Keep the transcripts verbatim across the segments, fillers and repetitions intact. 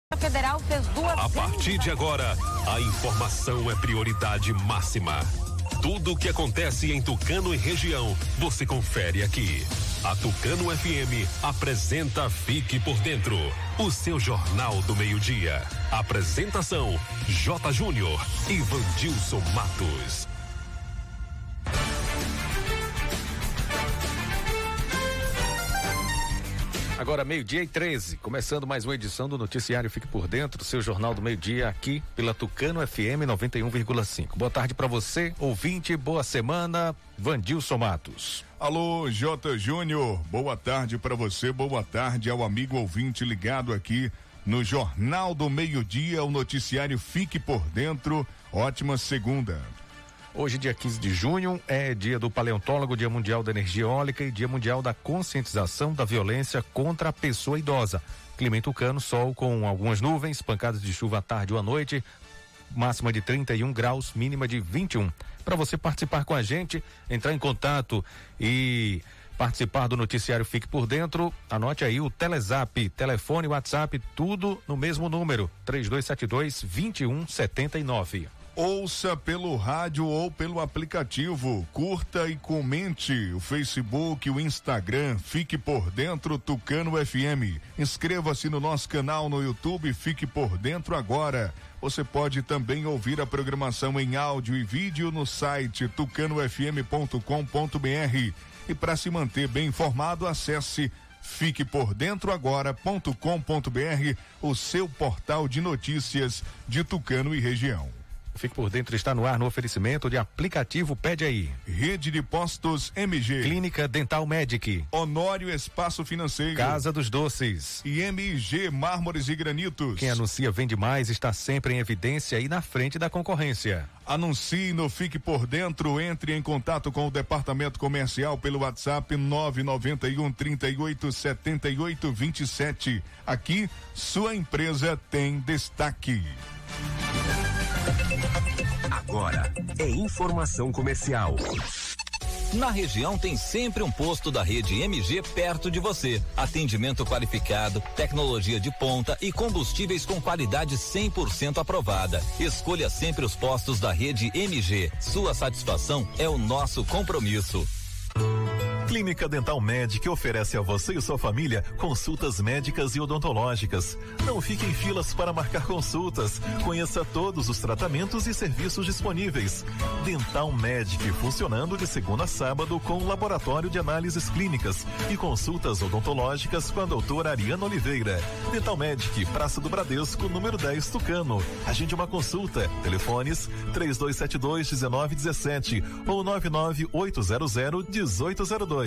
Federal fez duas. A partir de agora, a informação é prioridade máxima. Tudo o que acontece em Tucano e região, você confere aqui. A Tucano F M apresenta Fique por Dentro, o seu jornal do meio-dia. Apresentação: J. Júnior e Vandilson Matos. Agora meio-dia e treze, começando mais uma edição do Noticiário Fique por Dentro, seu jornal do meio-dia aqui pela Tucano F M noventa e um vírgula cinco. Boa tarde para você, ouvinte, boa semana, Vandilson Matos. Alô, J. Júnior, boa tarde para você, boa tarde ao amigo ouvinte ligado aqui no Jornal do Meio-Dia, o Noticiário Fique por Dentro. Ótima segunda. Hoje, dia quinze de junho, é dia do paleontólogo, dia mundial da energia eólica e dia mundial da conscientização da violência contra a pessoa idosa. Clima em Tucano, sol com algumas nuvens, pancadas de chuva à tarde ou à noite, máxima de trinta e um graus, mínima de vinte e um. Para você participar com a gente, entrar em contato e participar do noticiário Fique por Dentro, anote aí o Telezap, telefone, WhatsApp, tudo no mesmo número, três dois sete dois, dois um sete nove. Ouça pelo rádio ou pelo aplicativo, curta e comente o Facebook, o Instagram, Fique por Dentro Tucano F M. Inscreva-se no nosso canal no YouTube, Fique por Dentro agora. Você pode também ouvir a programação em áudio e vídeo no site tucano f m ponto com ponto b r. E para se manter bem informado, acesse fique por dentro agora ponto com ponto b r, o seu portal de notícias de Tucano e região. Fique por Dentro está no ar no oferecimento de aplicativo Pede Aí. Rede de Postos M G. Clínica Dental Medic. Honório Espaço Financeiro. Casa dos Doces. E M G Mármores e Granitos. Quem anuncia vende mais, está sempre em evidência e na frente da concorrência. Anuncie no Fique por Dentro, entre em contato com o departamento comercial pelo WhatsApp nove nove um, trinta e oito, setenta e oito, vinte e sete. Aqui, sua empresa tem destaque. Agora é informação comercial. Na região tem sempre um posto da rede M G perto de você. Atendimento qualificado, tecnologia de ponta e combustíveis com qualidade cem por cento aprovada. Escolha sempre os postos da rede M G. Sua satisfação é o nosso compromisso. Clínica Dental Medic oferece a você e sua família consultas médicas e odontológicas. Não fique em filas para marcar consultas. Conheça todos os tratamentos e serviços disponíveis. Dental Medic, funcionando de segunda a sábado com laboratório de análises clínicas e consultas odontológicas com a doutora Ariana Oliveira. Dental Medic, Praça do Bradesco, número dez, Tucano. Agende uma consulta. Telefones três dois sete dois, um nove um sete ou nove nove oito zero zero, um oito zero dois.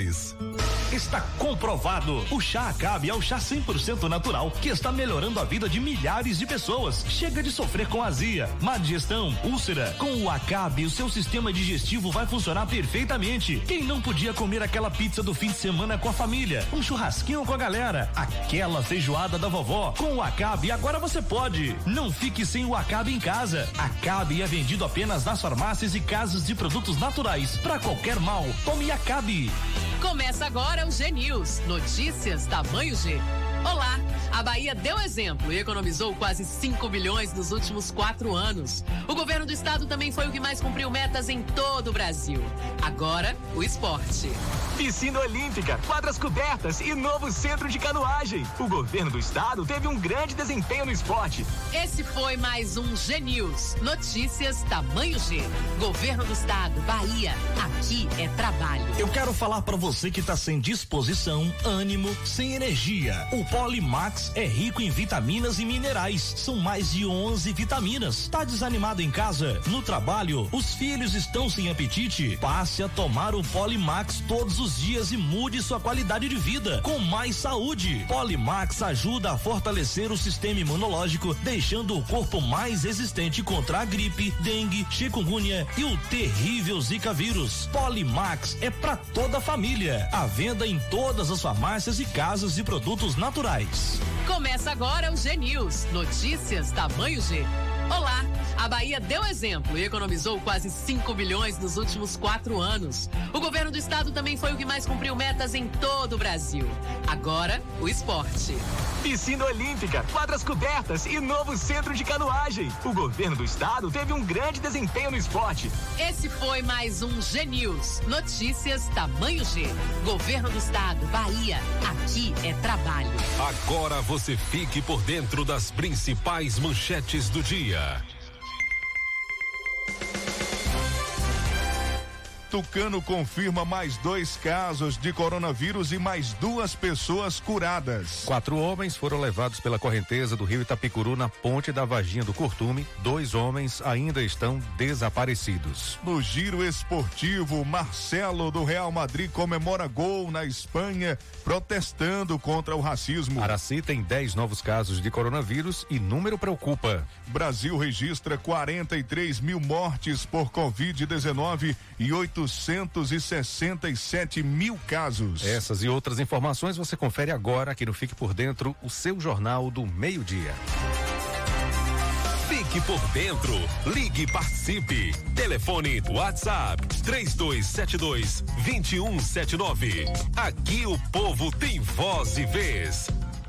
Está comprovado. O chá Acabe é o chá cem por cento natural que está melhorando a vida de milhares de pessoas. Chega de sofrer com azia, má digestão, úlcera. Com o Acabe, o seu sistema digestivo vai funcionar perfeitamente. Quem não podia comer aquela pizza do fim de semana com a família, um churrasquinho com a galera, aquela feijoada da vovó, com o Acabe agora você pode. Não fique sem o Acabe em casa. Acabe é vendido apenas nas farmácias e casas de produtos naturais. Para qualquer mal, tome Acabe. Começa agora o G News, notícias tamanho G. Olá, a Bahia deu exemplo e economizou quase cinco bilhões nos últimos quatro anos. O governo do estado também foi o que mais cumpriu metas em todo o Brasil. Agora, o esporte. Piscina olímpica, quadras cobertas e novo centro de canoagem. O governo do estado teve um grande desempenho no esporte. Esse foi mais um G News, notícias tamanho G. Governo do estado, Bahia, aqui é trabalho. Eu quero falar pra você que tá sem disposição, ânimo, sem energia. O Polimax é rico em vitaminas e minerais. São mais de onze vitaminas. Tá desanimado em casa? No trabalho? Os filhos estão sem apetite? Passe a tomar o Polimax todos os dias e mude sua qualidade de vida com mais saúde. Polimax ajuda a fortalecer o sistema imunológico, deixando o corpo mais resistente contra a gripe, dengue, chikungunya e o terrível Zika vírus. Polimax é pra toda a família. À venda em todas as farmácias e casas de produtos naturais. Começa agora o G News, notícias tamanho G. Olá! A Bahia deu exemplo e economizou quase cinco bilhões nos últimos quatro anos. O governo do estado também foi o que mais cumpriu metas em todo o Brasil. Agora, o esporte. Piscina olímpica, quadras cobertas e novo centro de canoagem. O governo do estado teve um grande desempenho no esporte. Esse foi mais um G News. Notícias tamanho G. Governo do estado, Bahia. Aqui é trabalho. Agora você fique por dentro das principais manchetes do dia. Tucano confirma mais dois casos de coronavírus e mais duas pessoas curadas. Quatro homens foram levados pela correnteza do rio Itapicuru na ponte da Varginha do Curtume. Dois homens ainda estão desaparecidos. No giro esportivo, Marcelo do Real Madrid comemora gol na Espanha, protestando contra o racismo. Araci tem dez novos casos de coronavírus e número preocupa. Brasil registra quarenta e três mil mortes por covid dezenove e oitocentos e sessenta e sete mil casos. Essas e outras informações você confere agora aqui no Fique por Dentro, o seu jornal do meio-dia. Fique por dentro, ligue e participe. Telefone do WhatsApp três dois sete dois, dois um sete nove. Aqui o povo tem voz e vez.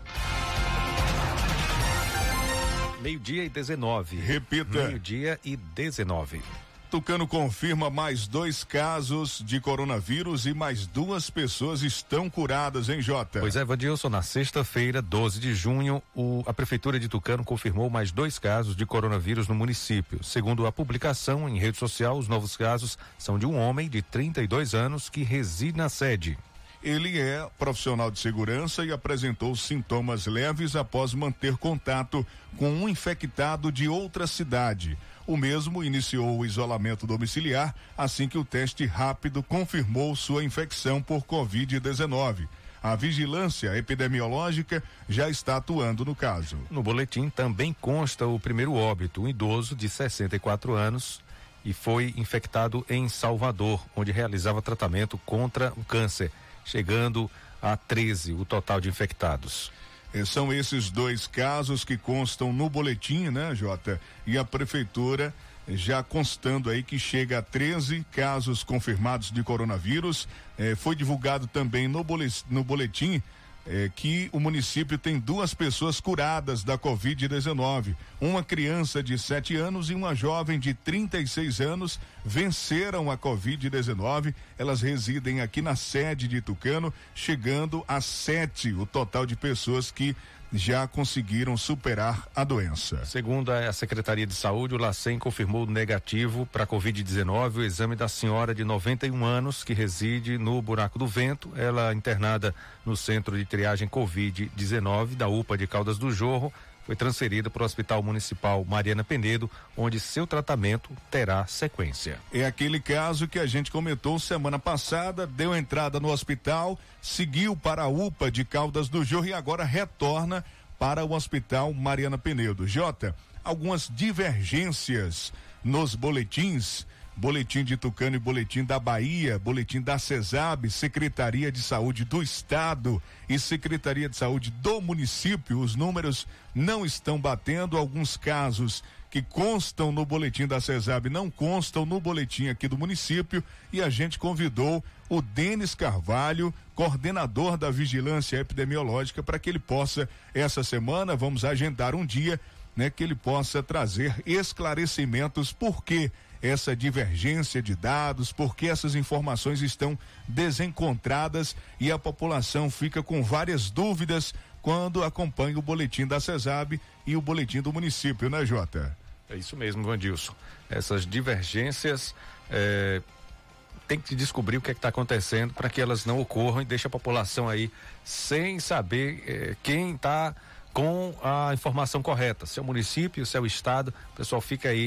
Meio-dia e dezenove. Repita. Meio-dia e dezenove. Tucano confirma mais dois casos de coronavírus e mais duas pessoas estão curadas, hein, Jota? Pois é, Vandilson, na sexta-feira, doze de junho, o, a Prefeitura de Tucano confirmou mais dois casos de coronavírus no município. Segundo a publicação em rede social, os novos casos são de um homem de trinta e dois anos que reside na sede. Ele é profissional de segurança e apresentou sintomas leves após manter contato com um infectado de outra cidade. O mesmo iniciou o isolamento domiciliar assim que o teste rápido confirmou sua infecção por covid dezenove. A vigilância epidemiológica já está atuando no caso. No boletim também consta o primeiro óbito, um idoso de sessenta e quatro anos e foi infectado em Salvador, onde realizava tratamento contra o câncer, chegando a treze o total de infectados. E são esses dois casos que constam no boletim, né, Jota? E a prefeitura já constando aí que chega a treze casos confirmados de coronavírus. Eh, foi divulgado também no boletim, no boletim eh, que o município tem duas pessoas curadas da covid dezenove. Uma criança de sete anos e uma jovem de trinta e seis anos venceram a covid dezenove. Elas residem aqui na sede de Tucano, chegando a sete o total de pessoas que já conseguiram superar a doença. Segundo a Secretaria de Saúde, o LACEN confirmou negativo para a covid dezenove o exame da senhora de noventa e um anos que reside no Buraco do Vento. Ela internada no Centro de Triagem covid dezenove da U P A de Caldas do Jorro. Foi transferida para o Hospital Municipal Mariana Penedo, onde seu tratamento terá sequência. É aquele caso que a gente comentou semana passada, deu entrada no hospital, seguiu para a U P A de Caldas do Jorro e agora retorna para o Hospital Mariana Penedo. Jota, algumas divergências nos boletins, boletim de Tucano e boletim da Bahia, boletim da CESAB, Secretaria de Saúde do Estado e Secretaria de Saúde do município. Os números não estão batendo, alguns casos que constam no boletim da CESAB não constam no boletim aqui do município, e a gente convidou o Denis Carvalho, coordenador da Vigilância Epidemiológica, para que ele possa, essa semana, vamos agendar um dia, né, que ele possa trazer esclarecimentos por que essa divergência de dados, porque essas informações estão desencontradas e a população fica com várias dúvidas quando acompanha o boletim da CESAB e o boletim do município, né, Jota? É isso mesmo, Vandilson. Essas divergências é, tem que descobrir o que é que está acontecendo para que elas não ocorram e deixe a população aí sem saber é, quem está com a informação correta, se é o município, se é o estado. O pessoal fica aí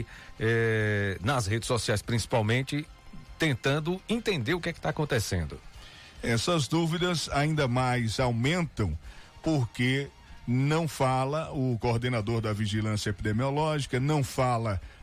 eh, nas redes sociais principalmente tentando entender o que é que está acontecendo. Essas dúvidas ainda mais aumentam porque não fala o coordenador da Vigilância Epidemiológica, não fala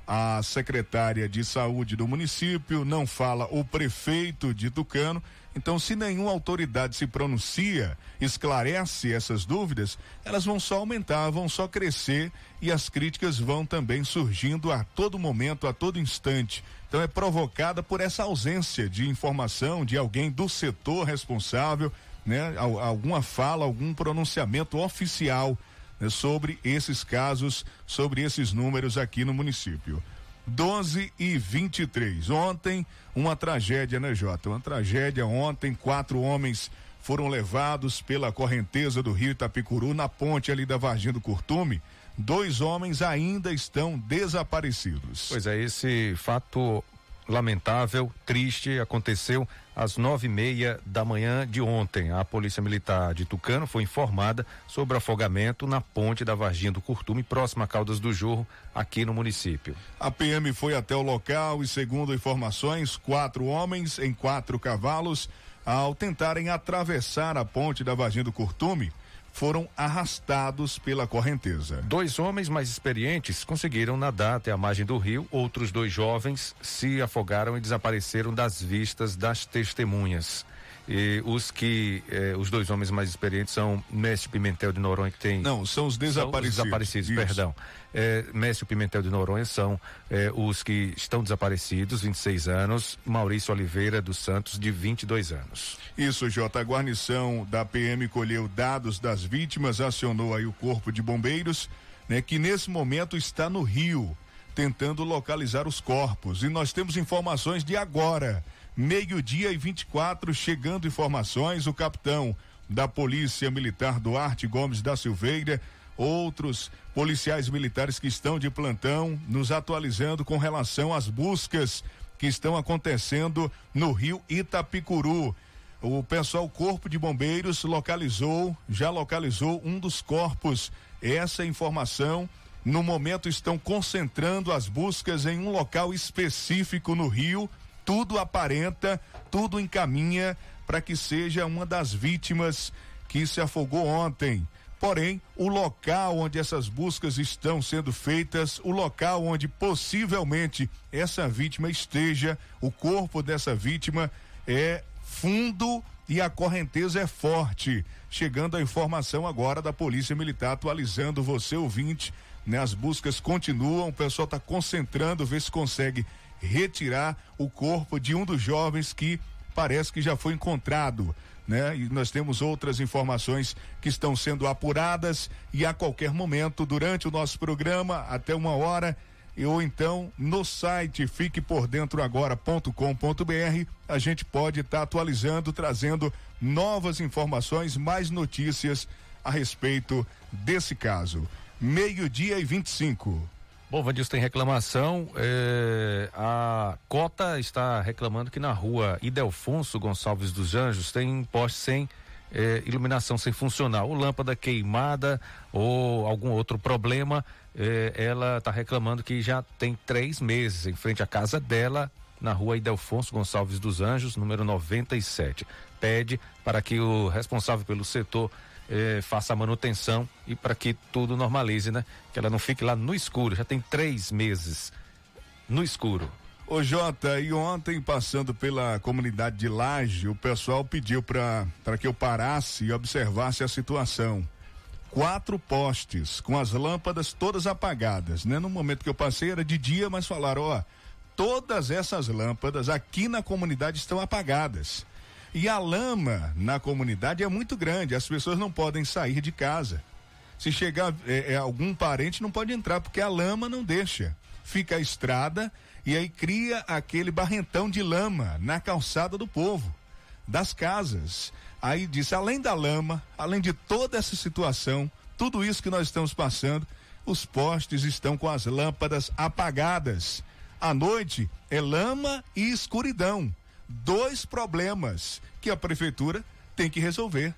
a secretária de saúde do município, não fala o prefeito de Tucano. Então, se nenhuma autoridade se pronuncia, esclarece essas dúvidas, elas vão só aumentar, vão só crescer e as críticas vão também surgindo a todo momento, a todo instante. Então, é provocada por essa ausência de informação de alguém do setor responsável, né? Alguma fala, algum pronunciamento oficial, né? Sobre esses casos, sobre esses números aqui no município. doze e vinte e três. Ontem, uma tragédia, né, Jota? Uma tragédia ontem, quatro homens foram levados pela correnteza do rio Itapicuru, na ponte ali da Varginha do Curtume. Dois homens ainda estão desaparecidos. Pois é, esse fato lamentável, triste, aconteceu às nove e meia da manhã de ontem. A Polícia Militar de Tucano foi informada sobre afogamento na ponte da Varginha do Curtume, próxima a Caldas do Jorro, aqui no município. A P M foi até o local e, segundo informações, quatro homens em quatro cavalos, ao tentarem atravessar a ponte da Varginha do Curtume, foram arrastados pela correnteza. Dois homens mais experientes conseguiram nadar até a margem do rio, outros dois jovens se afogaram e desapareceram das vistas das testemunhas. E os que, eh, os dois homens mais experientes são Mestre Pimentel de Noronha, que tem... Não, são os desaparecidos. São os desaparecidos, Isso. perdão. Eh, Mestre Pimentel de Noronha são eh, os que estão desaparecidos, vinte e seis anos, Maurício Oliveira dos Santos, de vinte e dois anos. Isso, Jota, a guarnição da P M colheu dados das vítimas, acionou aí o Corpo de Bombeiros, né, que nesse momento está no rio, tentando localizar os corpos. E nós temos informações de agora, meio-dia e vinte e quatro, chegando informações, o capitão da Polícia Militar Duarte Gomes da Silveira, outros policiais militares que estão de plantão, nos atualizando com relação às buscas que estão acontecendo no rio Itapicuru. O pessoal, o Corpo de Bombeiros localizou, já localizou um dos corpos. Essa informação, no momento estão concentrando as buscas em um local específico no rio. Tudo aparenta, tudo encaminha para que seja uma das vítimas que se afogou ontem. Porém, o local onde essas buscas estão sendo feitas, o local onde possivelmente essa vítima esteja, o corpo dessa vítima é fundo e a correnteza é forte. Chegando a informação agora da Polícia Militar, atualizando você, ouvinte, né? As buscas continuam, o pessoal está concentrando, ver se consegue retirar o corpo de um dos jovens que parece que já foi encontrado, né? E nós temos outras informações que estão sendo apuradas e a qualquer momento durante o nosso programa, até uma hora, ou então no site fique por dentro agora ponto com ponto br, a gente pode estar tá atualizando, trazendo novas informações, mais notícias a respeito desse caso. Meio-dia e vinte e cinco. Bom, Vandilson, tem reclamação, eh, a Cota está reclamando que na rua Idelfonso Gonçalves dos Anjos tem poste sem eh, iluminação, sem funcionar, ou lâmpada queimada ou algum outro problema. Eh, ela está reclamando que já tem três meses em frente à casa dela, na rua Idelfonso Gonçalves dos Anjos, número noventa e sete. Pede para que o responsável pelo setor Eh, faça a manutenção e para que tudo normalize, né? Que ela não fique lá no escuro, já tem três meses no escuro. Ô Jota, e ontem passando pela comunidade de Laje, o pessoal pediu para para que eu parasse e observasse a situação. Quatro postes com as lâmpadas todas apagadas, né? No momento que eu passei era de dia, mas falaram, ó, todas essas lâmpadas aqui na comunidade estão apagadas. E a lama na comunidade é muito grande, as pessoas não podem sair de casa. Se chegar é, é, algum parente, não pode entrar, porque a lama não deixa. Fica a estrada e aí cria aquele barrentão de lama na calçada do povo, das casas. Aí disse, além da lama, além de toda essa situação, tudo isso que nós estamos passando, os postes estão com as lâmpadas apagadas. À noite é lama e escuridão. Dois problemas que a prefeitura tem que resolver: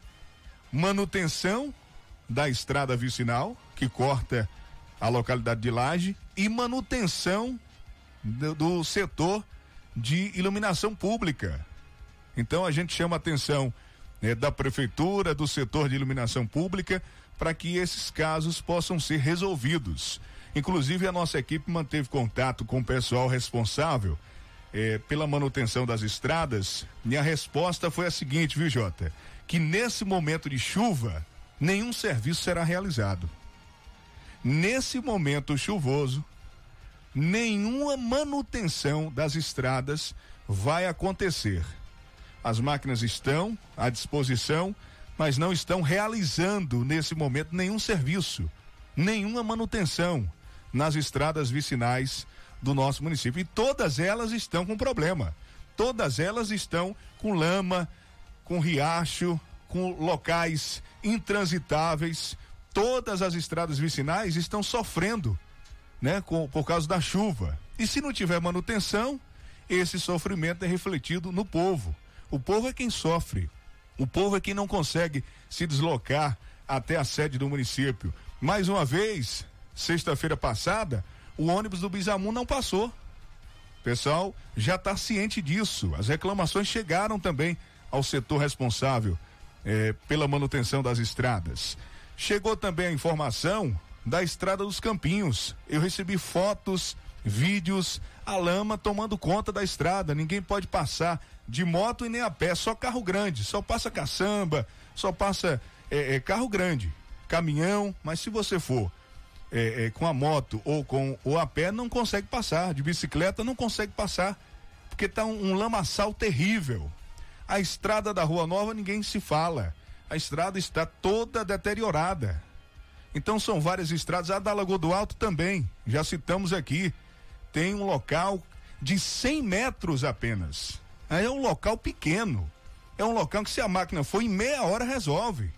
manutenção da estrada vicinal que corta a localidade de Laje e manutenção do, do setor de iluminação pública. Então a gente chama a atenção né, da prefeitura, do setor de iluminação pública, para que esses casos possam ser resolvidos. Inclusive, a nossa equipe manteve contato com o pessoal responsável eh, pela manutenção das estradas, e a resposta foi a seguinte, viu, Jota? Que nesse momento de chuva, nenhum serviço será realizado. Nesse momento chuvoso, nenhuma manutenção das estradas vai acontecer. As máquinas estão à disposição, mas não estão realizando nesse momento nenhum serviço, nenhuma manutenção nas estradas vicinais do nosso município. E todas elas estão com problema. Todas elas estão com lama, com riacho, com locais intransitáveis. Todas as estradas vicinais estão sofrendo, né, com, por causa da chuva. E se não tiver manutenção, esse sofrimento é refletido no povo. O povo é quem sofre. O povo é quem não consegue se deslocar até a sede do município. Mais uma vez, sexta-feira passada, o ônibus do Bisamu não passou. O pessoal já está ciente disso. As reclamações chegaram também ao setor responsável eh, pela manutenção das estradas. Chegou também a informação da Estrada dos Campinhos. Eu recebi fotos, vídeos, a lama tomando conta da estrada. Ninguém pode passar de moto e nem a pé, só carro grande. Só passa caçamba, só passa é, é, carro grande, caminhão. Mas se você for é, é, com a moto ou com ou a pé, não consegue passar. De bicicleta não consegue passar, porque tá um, um lamaçal terrível. A estrada da Rua Nova ninguém se fala. A estrada está toda deteriorada. Então são várias estradas. A da Lagoa do Alto também, já citamos aqui, tem um local de cem metros apenas. É um local pequeno. É um local que, se a máquina for em meia hora, resolve.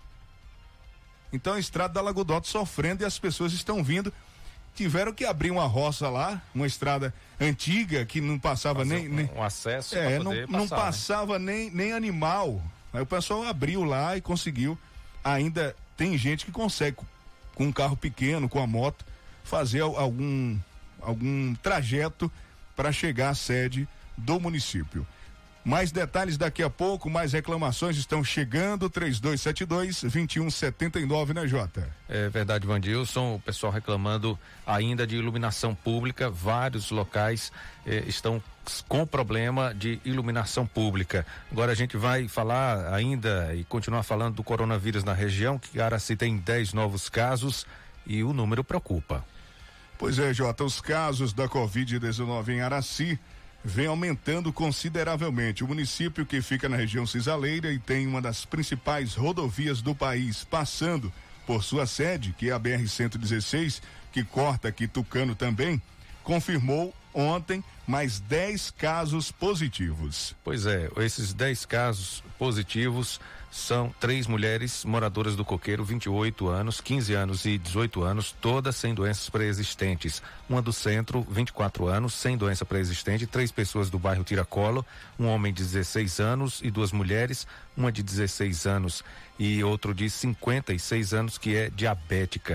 Então a estrada da Lagoa do Alto sofrendo, e as pessoas estão vindo. Tiveram que abrir uma roça lá, uma estrada antiga que não passava nem, um, nem um acesso é, pra não, poder não passar, passava, né? nem, nem animal. Aí o pessoal abriu lá e conseguiu. Ainda tem gente que consegue, com um carro pequeno, com a moto, fazer algum, algum trajeto para chegar à sede do município. Mais detalhes daqui a pouco, mais reclamações estão chegando. Três dois sete dois, dois um sete nove, né, Jota? É verdade, Vandilson. O pessoal reclamando ainda de iluminação pública. Vários locais eh, estão com problema de iluminação pública. Agora a gente vai falar ainda e continuar falando do coronavírus na região, que Araci tem dez novos casos e o número preocupa. Pois é, Jota, os casos da covid dezenove em Araci vem aumentando consideravelmente. O município, que fica na região cisaleira e tem uma das principais rodovias do país passando por sua sede, que é a B R cento e dezesseis, que corta aqui Tucano também, confirmou ontem mais dez casos positivos. Pois é, esses dez casos positivos são três mulheres moradoras do Coqueiro, vinte e oito anos, quinze anos e dezoito anos, todas sem doenças pré-existentes. Uma do centro, vinte e quatro anos, sem doença pré-existente, três pessoas do bairro Tiracolo, um homem de dezesseis anos e duas mulheres, uma de dezesseis anos e outro de cinquenta e seis anos, que é diabética.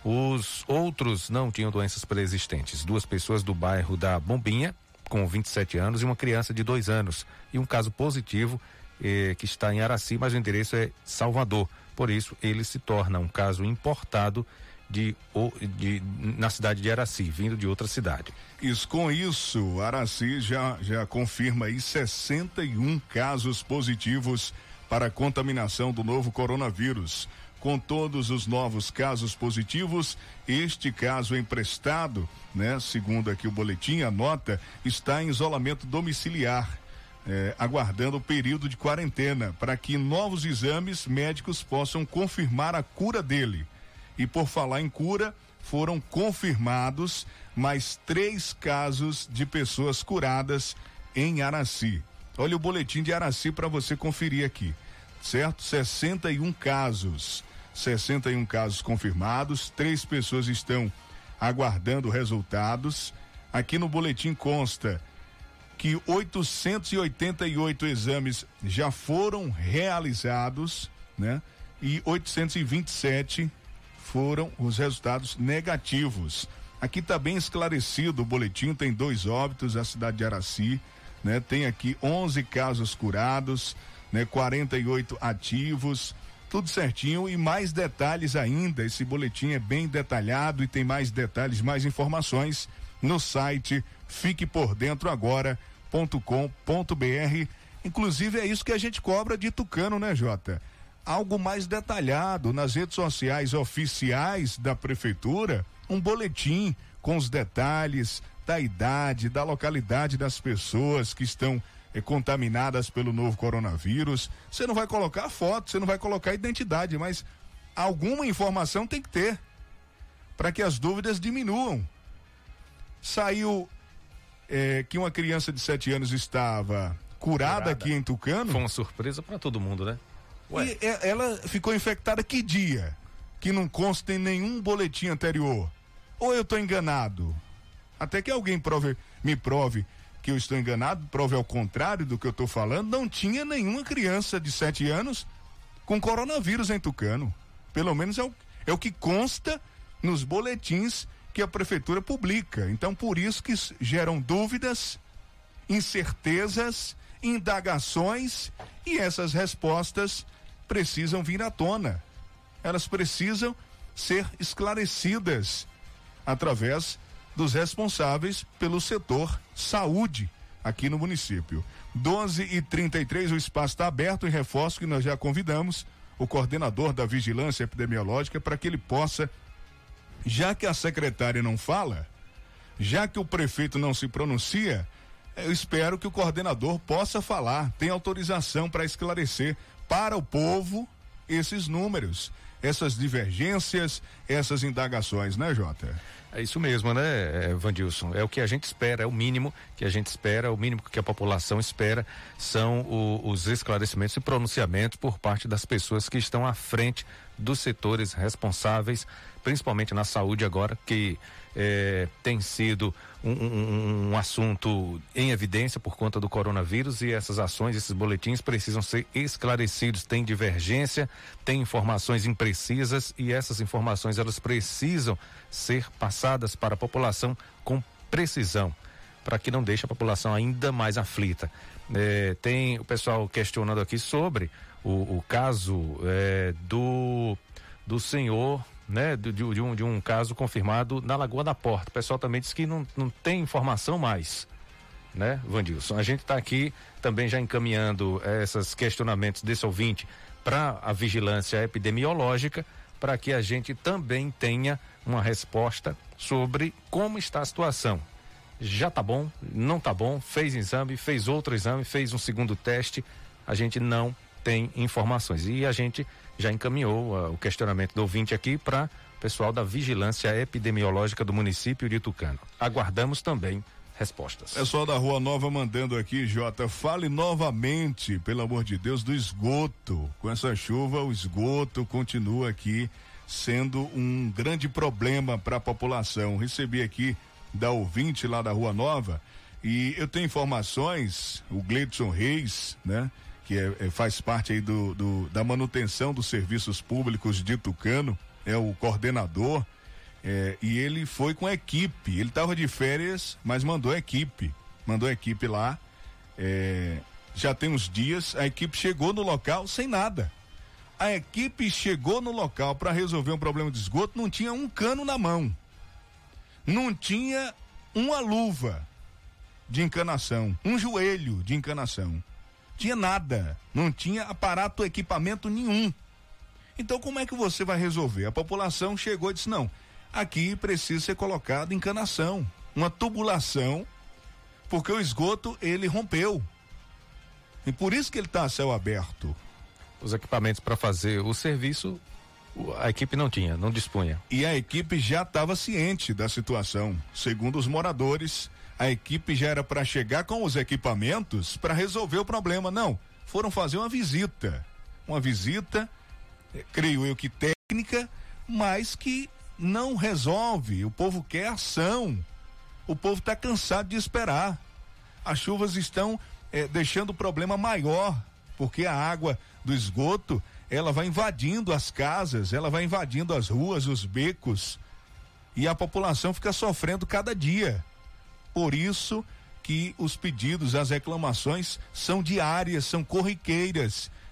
Os outros não tinham doenças pré-existentes. Duas pessoas do bairro da Bombinha, com vinte e sete anos, e uma criança de dois anos. E um caso positivo eh, que está em Araci, mas o endereço é Salvador. Por isso, ele se torna um caso importado de, de, na cidade de Araci, vindo de outra cidade. Isso, com isso, Araci já, já confirma aí sessenta e um casos positivos para a contaminação do novo coronavírus. Com todos os novos casos positivos, este caso emprestado, né, segundo aqui o boletim, a nota, está em isolamento domiciliar, eh, aguardando o período de quarentena, para que novos exames médicos possam confirmar a cura dele. E por falar em cura, foram confirmados mais três casos de pessoas curadas em Araci. Olha o boletim de Araci para você conferir aqui, certo? sessenta e um casos. sessenta e um casos confirmados, três pessoas estão aguardando resultados. Aqui no boletim consta que oitocentos e oitenta e oito exames já foram realizados, né? E oitocentos e vinte e sete foram os resultados negativos. Aqui está bem esclarecido o boletim, tem dois óbitos, a cidade de Araci, né? Tem aqui onze casos curados, né? quarenta e oito ativos. tudo certinho e mais detalhes ainda. Esse boletim é bem detalhado e tem mais detalhes, mais informações no site fique por dentro agora ponto com ponto br. Inclusive é isso que a gente cobra de Tucano, né, Jota? Algo mais detalhado nas redes sociais oficiais da prefeitura, um boletim com os detalhes da idade, da localidade das pessoas que estão eh, contaminadas pelo novo coronavírus. Você não vai colocar foto, você não vai colocar identidade, mas alguma informação tem que ter para que as dúvidas diminuam. Saiu eh, que uma criança de sete anos estava curada, curada aqui em Tucano. Foi uma surpresa para todo mundo, né? Ué. E ela ficou infectada que dia? Que não consta em nenhum boletim anterior. Ou eu estou enganado? Até que alguém prove, me prove que eu estou enganado, prove ao contrário do que eu estou falando. Não tinha nenhuma criança de sete anos com coronavírus em Tucano. Pelo menos é o, é o que consta nos boletins que a prefeitura publica. Então, por isso que geram dúvidas, incertezas, indagações, e essas respostas precisam vir à tona. Elas precisam ser esclarecidas através dos responsáveis pelo setor saúde aqui no município. doze e trinta e três, o espaço está aberto e reforço que nós já convidamos o coordenador da Vigilância Epidemiológica para que ele possa, já que a secretária não fala, já que o prefeito não se pronuncia, eu espero que o coordenador possa falar, tem autorização para esclarecer para o povo esses números, essas divergências, essas indagações, né, Jota? É isso mesmo, né, Vandilson? É o que a gente espera, é o mínimo que a gente espera, é o mínimo que a população espera, são o, os esclarecimentos e pronunciamentos por parte das pessoas que estão à frente dos setores responsáveis, principalmente na saúde agora, que é, tem sido um, um, um assunto em evidência por conta do coronavírus, e essas ações, esses boletins precisam ser esclarecidos. Tem divergência, tem informações imprecisas, e essas informações elas precisam ser passadas para a população com precisão, para que não deixe a população ainda mais aflita. É, tem o pessoal questionando aqui sobre o, o caso é, do do senhor, né, de, de, um, de um caso confirmado na Lagoa da Porta. O pessoal também diz que não, não tem informação mais, né, Vandilson? A gente está aqui também já encaminhando esses questionamentos desse ouvinte para a vigilância epidemiológica, para que a gente também tenha uma resposta sobre como está a situação. Já tá bom, não tá bom, fez exame, fez outro exame, fez um segundo teste, a gente não tem informações. E a gente já encaminhou uh, o questionamento do ouvinte aqui para o pessoal da Vigilância Epidemiológica do município de Tucano. Aguardamos também respostas. Pessoal da Rua Nova mandando aqui, Jota, fale novamente, pelo amor de Deus, do esgoto. Com essa chuva, o esgoto continua aqui sendo um grande problema para a população. Recebi aqui da ouvinte lá da Rua Nova e eu tenho informações, o Gleidson Reis, né? Que é, é, faz parte aí do, do, da manutenção dos serviços públicos de Tucano, é o coordenador, é, e ele foi com a equipe, ele estava de férias, mas mandou a equipe, mandou a equipe lá, é, já tem uns dias, a equipe chegou no local sem nada. A equipe chegou no local para resolver um problema de esgoto, não tinha um cano na mão, não tinha uma luva de encanação, um joelho de encanação. Tinha nada, não tinha aparato, equipamento nenhum. Então como é que você vai resolver? A população chegou e disse, não, aqui precisa ser colocado encanação, uma tubulação, porque o esgoto ele rompeu. E por isso que ele está a céu aberto. Os equipamentos para fazer o serviço, a equipe não tinha, não dispunha. E a equipe já estava ciente da situação. Segundo os moradores, a equipe já era para chegar com os equipamentos para resolver o problema. Não, foram fazer uma visita. Uma visita, eh, creio eu que técnica, mas que não resolve. O povo quer ação. O povo está cansado de esperar. As chuvas estão eh, deixando o problema maior, porque a água do esgoto, ela vai invadindo as casas, ela vai invadindo as ruas, os becos, e a população fica sofrendo cada dia. Por isso que os pedidos, as reclamações são diárias, são corriqueiras.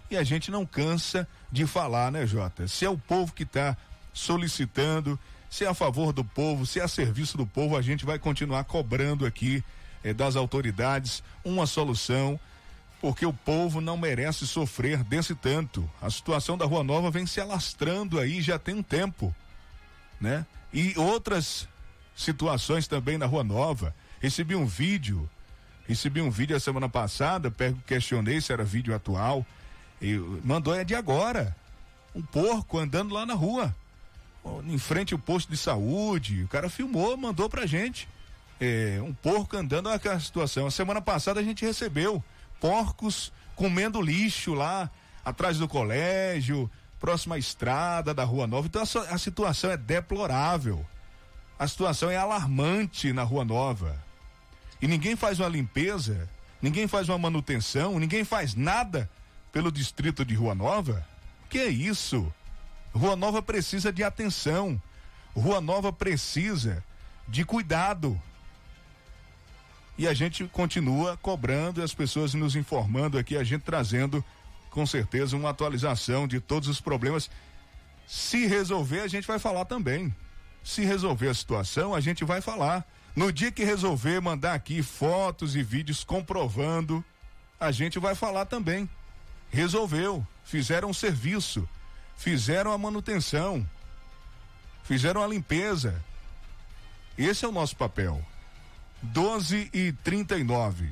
E a gente não cansa de falar, né, Jota? Se é o povo que está solicitando, se é a favor do povo, se é a serviço do povo, a gente vai continuar cobrando aqui eh, das autoridades uma solução, porque o povo não merece sofrer desse tanto. A situação da Rua Nova vem se alastrando aí já tem um tempo, né? E outras situações também na Rua Nova. Recebi um vídeo, recebi um vídeo a semana passada, questionei se era vídeo atual, e mandou é de agora, um porco andando lá na rua, em frente ao posto de saúde, o cara filmou, mandou pra gente, é, um porco andando, olha aquela situação. A semana passada a gente recebeu porcos comendo lixo lá atrás do colégio, próxima à estrada da Rua Nova. Então a, a situação é deplorável, a situação é alarmante na Rua Nova, e ninguém faz uma limpeza, ninguém faz uma manutenção, ninguém faz nada pelo distrito de Rua Nova. Que é isso? Rua Nova precisa de atenção, Rua Nova precisa de cuidado. E a gente continua cobrando e as pessoas nos informando aqui, a gente trazendo com certeza uma atualização de todos os problemas. Se resolver, a gente vai falar também. Se resolver a situação, a gente vai falar. No dia que resolver mandar aqui fotos e vídeos comprovando, a gente vai falar também. Resolveu, fizeram um serviço, fizeram a manutenção, fizeram a limpeza. Esse é o nosso papel. doze e trinta e nove.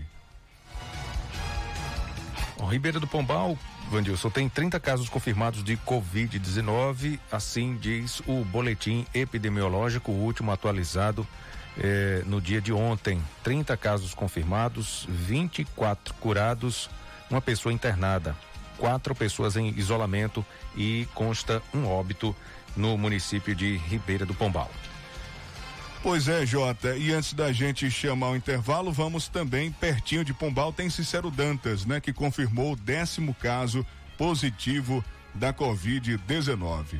O Ribeira do Pombal, Vandilson, tem trinta casos confirmados de covid dezenove, assim diz o boletim epidemiológico, o último atualizado eh, no dia de ontem. trinta casos confirmados, vinte e quatro curados, uma pessoa internada, quatro pessoas em isolamento e consta um óbito no município de Ribeira do Pombal. Pois é, Jota, e antes da gente chamar o intervalo, vamos também, pertinho de Pombal, tem Cícero Dantas, né, que confirmou o décimo caso positivo da covid dezenove.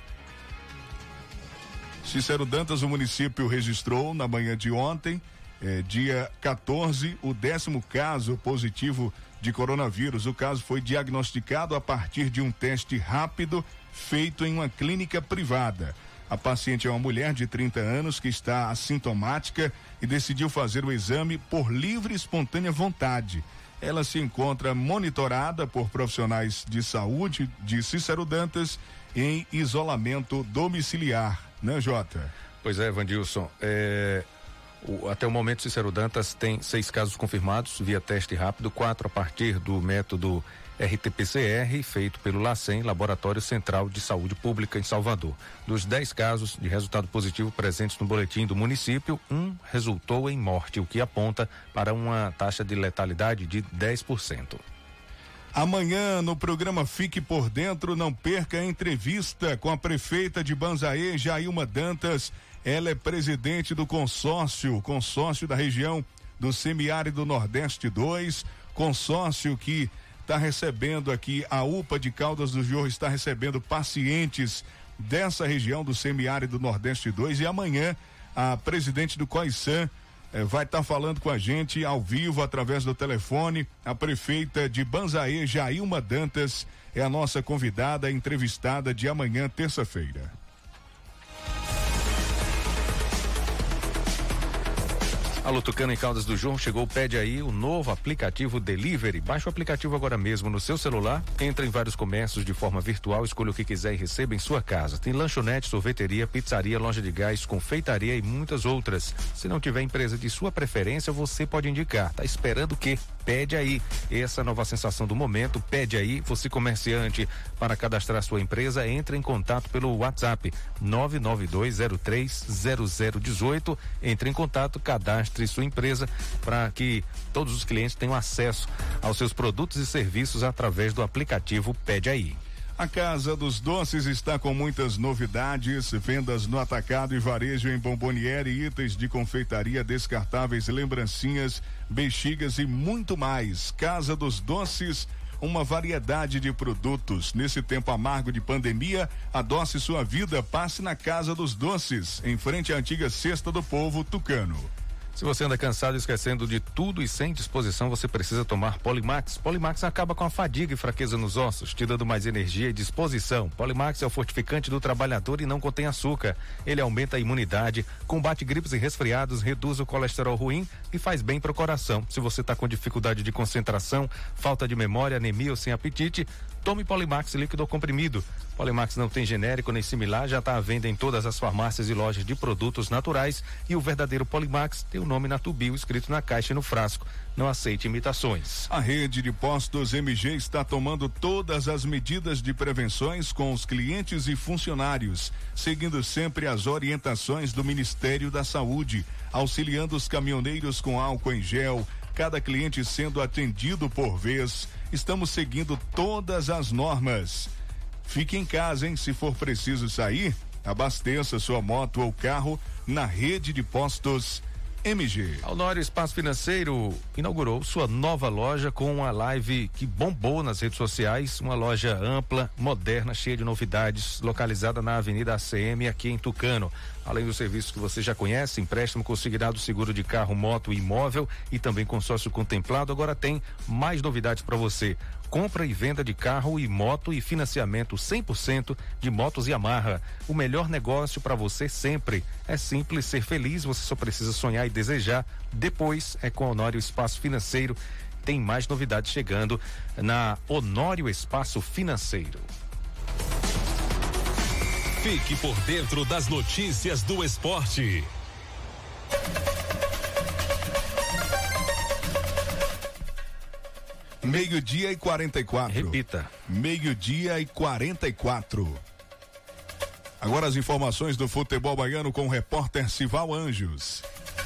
Cícero Dantas, o município registrou na manhã de ontem, eh, dia quatorze, o décimo caso positivo de coronavírus. O caso foi diagnosticado a partir de um teste rápido feito em uma clínica privada. A paciente é uma mulher de trinta anos que está assintomática e decidiu fazer o exame por livre e espontânea vontade. Ela se encontra monitorada por profissionais de saúde de Cícero Dantas em isolamento domiciliar, né, Jota? Pois é, Vandilson, é... O, até o momento, Cícero Dantas tem seis casos confirmados via teste rápido, quatro a partir do método R T P C R, feito pelo LACEN, Laboratório Central de Saúde Pública em Salvador. Dos dez casos de resultado positivo presentes no boletim do município, um resultou em morte, o que aponta para uma taxa de letalidade de dez por cento. Amanhã, no programa Fique por Dentro, não perca a entrevista com a prefeita de Banzaê, Jailma Dantas. Ela é presidente do consórcio, consórcio da região do Semiárido Nordeste dois, consórcio que está recebendo aqui, a U P A de Caldas do Jorro está recebendo pacientes dessa região do Semiárido Nordeste dois, e amanhã a presidente do COISAN eh, vai estar tá falando com a gente ao vivo através do telefone. A prefeita de Banzaê, Jailma Dantas, é a nossa convidada, entrevistada de amanhã, terça-feira. Alô, Tucano em Caldas do Jorro, chegou, pede aí o novo aplicativo Delivery. Baixe o aplicativo agora mesmo no seu celular, entra em vários comércios de forma virtual, escolha o que quiser e receba em sua casa. Tem lanchonete, sorveteria, pizzaria, loja de gás, confeitaria e muitas outras. Se não tiver empresa de sua preferência, você pode indicar. Tá esperando o quê? Pede aí. Essa nova sensação do momento, pede aí. Você, comerciante, para cadastrar sua empresa, entre em contato pelo WhatsApp nove nove dois zero três zero zero um oito. Entre em contato, cadastre sua empresa para que todos os clientes tenham acesso aos seus produtos e serviços através do aplicativo Pede Aí. A Casa dos Doces está com muitas novidades, vendas no atacado e varejo em bomboniere, itens de confeitaria, descartáveis, lembrancinhas, bexigas e muito mais. Casa dos Doces, uma variedade de produtos. Nesse tempo amargo de pandemia, adoce sua vida, passe na Casa dos Doces, em frente à antiga Cesta do Povo Tucano. Se você anda cansado, esquecendo de tudo e sem disposição, você precisa tomar Polimax. Polimax acaba com a fadiga e fraqueza nos ossos, te dando mais energia e disposição. Polimax é o fortificante do trabalhador e não contém açúcar. Ele aumenta a imunidade, combate gripes e resfriados, reduz o colesterol ruim e faz bem para o coração. Se você está com dificuldade de concentração, falta de memória, anemia ou sem apetite, tome Polimax líquido ou comprimido. Polimax não tem genérico nem similar, já está à venda em todas as farmácias e lojas de produtos naturais, e o verdadeiro Polimax tem o nome na Tubio escrito na caixa e no frasco. Não aceite imitações. A rede de postos M G está tomando todas as medidas de prevenções com os clientes e funcionários, seguindo sempre as orientações do Ministério da Saúde, auxiliando os caminhoneiros com álcool em gel, cada cliente sendo atendido por vez. Estamos seguindo todas as normas. Fique em casa, hein? Se for preciso sair, abasteça sua moto ou carro na rede de postos M G. A Honório Espaço Financeiro inaugurou sua nova loja com uma live que bombou nas redes sociais, uma loja ampla, moderna, cheia de novidades, localizada na Avenida A C M, aqui em Tucano. Além dos serviços que você já conhece, empréstimo consignado, seguro de carro, moto e imóvel e também consórcio contemplado, agora tem mais novidades para você. Compra e venda de carro e moto e financiamento cem por cento de motos Yamaha. O melhor negócio para você sempre. É simples ser feliz, você só precisa sonhar e desejar. Depois é com a Honório Espaço Financeiro. Tem mais novidades chegando na Honório Espaço Financeiro. Fique por dentro das notícias do esporte. Meio-dia e quarenta e quatro. Repita. Meio-dia e quarenta e quatro. Agora as informações do futebol baiano com o repórter Sival Anjos.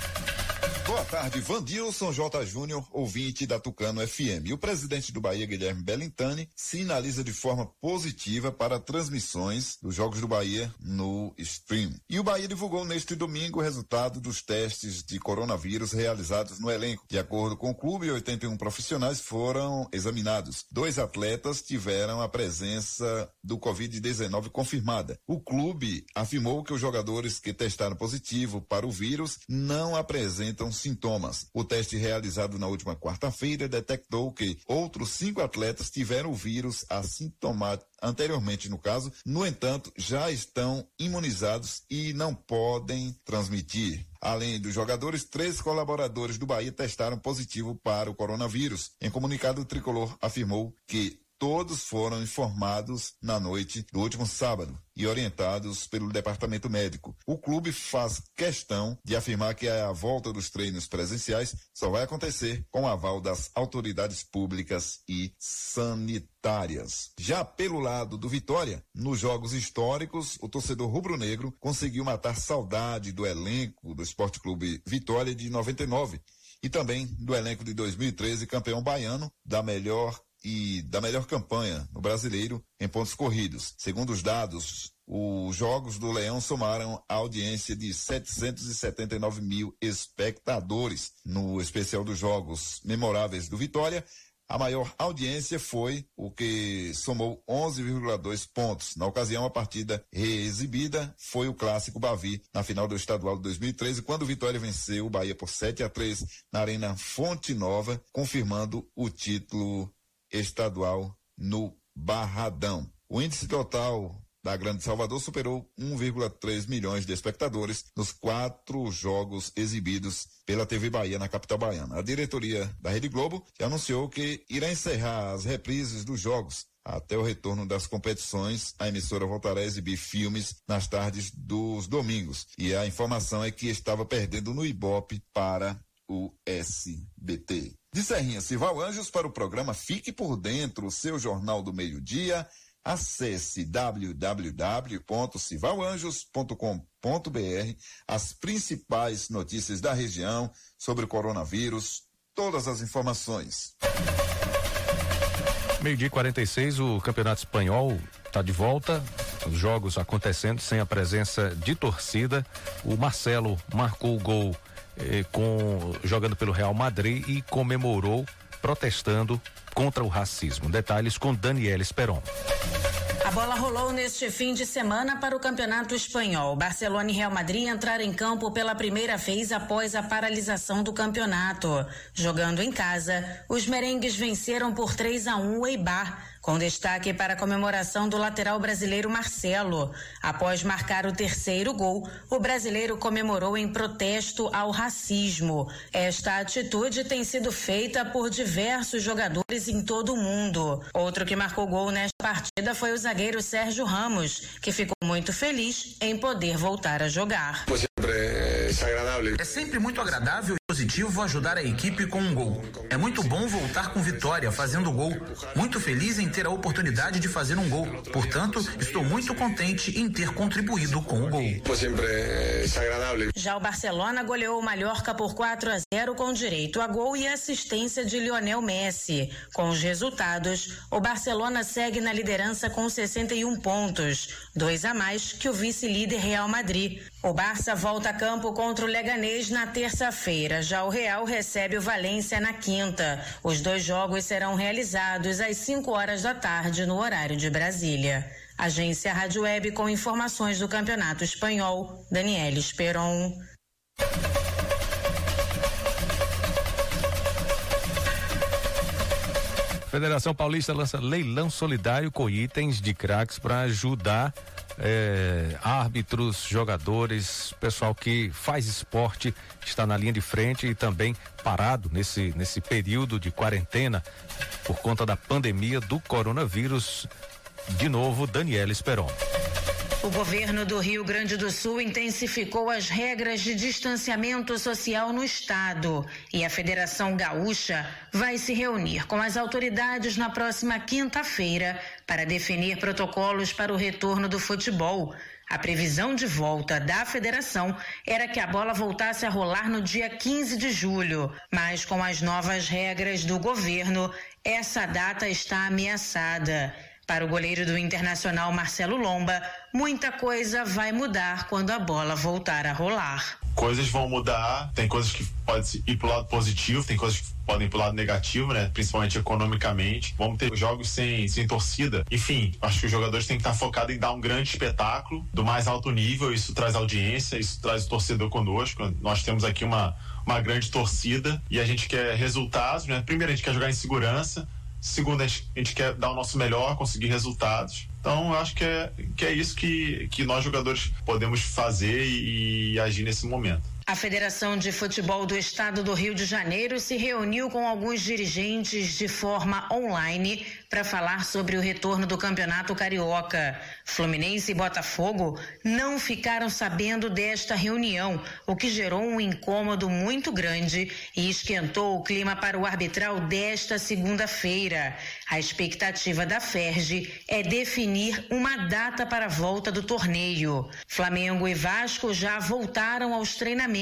Boa tarde, Vandilson J. Júnior, ouvinte da Tucano F M. E o presidente do Bahia, Guilherme Bellintani, sinaliza de forma positiva para transmissões dos Jogos do Bahia no stream. E o Bahia divulgou neste domingo o resultado dos testes de coronavírus realizados no elenco. De acordo com o clube, oitenta e um profissionais foram examinados. Dois atletas tiveram a presença do covid dezenove confirmada. O clube afirmou que os jogadores que testaram positivo para o vírus não apresentam sintomas. O teste realizado na última quarta-feira detectou que outros cinco atletas tiveram o vírus assintomático anteriormente, no caso, no entanto, já estão imunizados e não podem transmitir. Além dos jogadores, três colaboradores do Bahia testaram positivo para o coronavírus. Em comunicado, o tricolor afirmou que todos foram informados na noite do último sábado e orientados pelo departamento médico. O clube faz questão de afirmar que a volta dos treinos presenciais só vai acontecer com o aval das autoridades públicas e sanitárias. Já pelo lado do Vitória, nos jogos históricos, o torcedor rubro-negro conseguiu matar saudade do elenco do Esporte Clube Vitória de noventa e nove e também do elenco de dois mil e treze, campeão baiano da melhor e da melhor campanha no Brasileiro em pontos corridos. Segundo os dados, os Jogos do Leão somaram a audiência de setecentos e setenta e nove mil espectadores. No especial dos Jogos Memoráveis do Vitória, a maior audiência foi o que somou onze vírgula dois pontos. Na ocasião, a partida reexibida foi o clássico Bavi, na final do estadual de dois mil e treze, quando o Vitória venceu o Bahia por sete a três na Arena Fonte Nova, confirmando o título estadual no Barradão. O índice total da Grande Salvador superou um vírgula três milhões de espectadores nos quatro jogos exibidos pela T V Bahia na capital baiana. A diretoria da Rede Globo já anunciou que irá encerrar as reprises dos jogos. Até o retorno das competições, a emissora voltará a exibir filmes nas tardes dos domingos. E a informação é que estava perdendo no Ibope para o S B T. De Serrinha, Sival Anjos para o programa Fique por Dentro, o seu jornal do meio-dia. Acesse w w w ponto sival anjos ponto com ponto b r, as principais notícias da região sobre o coronavírus, todas as informações. Meio-dia e quarenta e seis, o Campeonato Espanhol está de volta, os jogos acontecendo sem a presença de torcida. O Marcelo marcou o gol Eh, com, jogando pelo Real Madrid e comemorou protestando contra o racismo. Detalhes com Daniela Esperon. A bola rolou neste fim de semana para o Campeonato Espanhol. Barcelona e Real Madrid entraram em campo pela primeira vez após a paralisação do campeonato. Jogando em casa, os merengues venceram por três a um o Eibar, com destaque para a comemoração do lateral brasileiro Marcelo. Após marcar o terceiro gol, o brasileiro comemorou em protesto ao racismo. Esta atitude tem sido feita por diversos jogadores em todo o mundo. Outro que marcou gol nesta partida foi o zagueiro Sérgio Ramos, que ficou muito feliz em poder voltar a jogar. É sempre muito agradável e positivo ajudar a equipe com um gol. É muito bom voltar com vitória, fazendo gol. Muito feliz em ter a oportunidade de fazer um gol. Portanto, estou muito contente em ter contribuído com o gol. Já o Barcelona goleou o Mallorca por quatro a zero com direito a gol e assistência de Lionel Messi. Com os resultados, o Barcelona segue na liderança com sessenta e um pontos, dois a mais que o vice-líder Real Madrid. O Barça volta a campo contra o Leganés na terça-feira. Já o Real recebe o Valência na quinta. Os dois jogos serão realizados às cinco horas da tarde no horário de Brasília. Agência Rádio Web com informações do Campeonato Espanhol. Daniela Esperon. Federação Paulista lança leilão solidário com itens de craques para ajudar é, árbitros, jogadores, pessoal que faz esporte, está na linha de frente e também parado nesse, nesse período de quarentena por conta da pandemia do coronavírus. De novo, Daniela Esperon. O governo do Rio Grande do Sul intensificou as regras de distanciamento social no estado e a Federação Gaúcha vai se reunir com as autoridades na próxima quinta-feira para definir protocolos para o retorno do futebol. A previsão de volta da federação era que a bola voltasse a rolar no dia quinze de julho, mas com as novas regras do governo, essa data está ameaçada. Para o goleiro do Internacional Marcelo Lomba, muita coisa vai mudar quando a bola voltar a rolar. Coisas vão mudar, tem coisas que podem ir pro lado positivo, tem coisas que podem ir pro lado negativo, né? Principalmente economicamente. Vamos ter jogos sem, sem torcida. Enfim, acho que os jogadores têm que estar focados em dar um grande espetáculo do mais alto nível. Isso traz audiência, isso traz o torcedor conosco. Nós temos aqui uma, uma grande torcida e a gente quer resultados, né? Primeiro, a gente quer jogar em segurança. Segundo, a gente, a gente quer dar o nosso melhor, conseguir resultados. Então, eu acho que é, que é isso que, que nós jogadores podemos fazer e, e agir nesse momento. A Federação de Futebol do Estado do Rio de Janeiro se reuniu com alguns dirigentes de forma online para falar sobre o retorno do Campeonato Carioca. Fluminense e Botafogo não ficaram sabendo desta reunião, o que gerou um incômodo muito grande e esquentou o clima para o arbitral desta segunda-feira. A expectativa da F E R J é definir uma data para a volta do torneio. Flamengo e Vasco já voltaram aos treinamentos.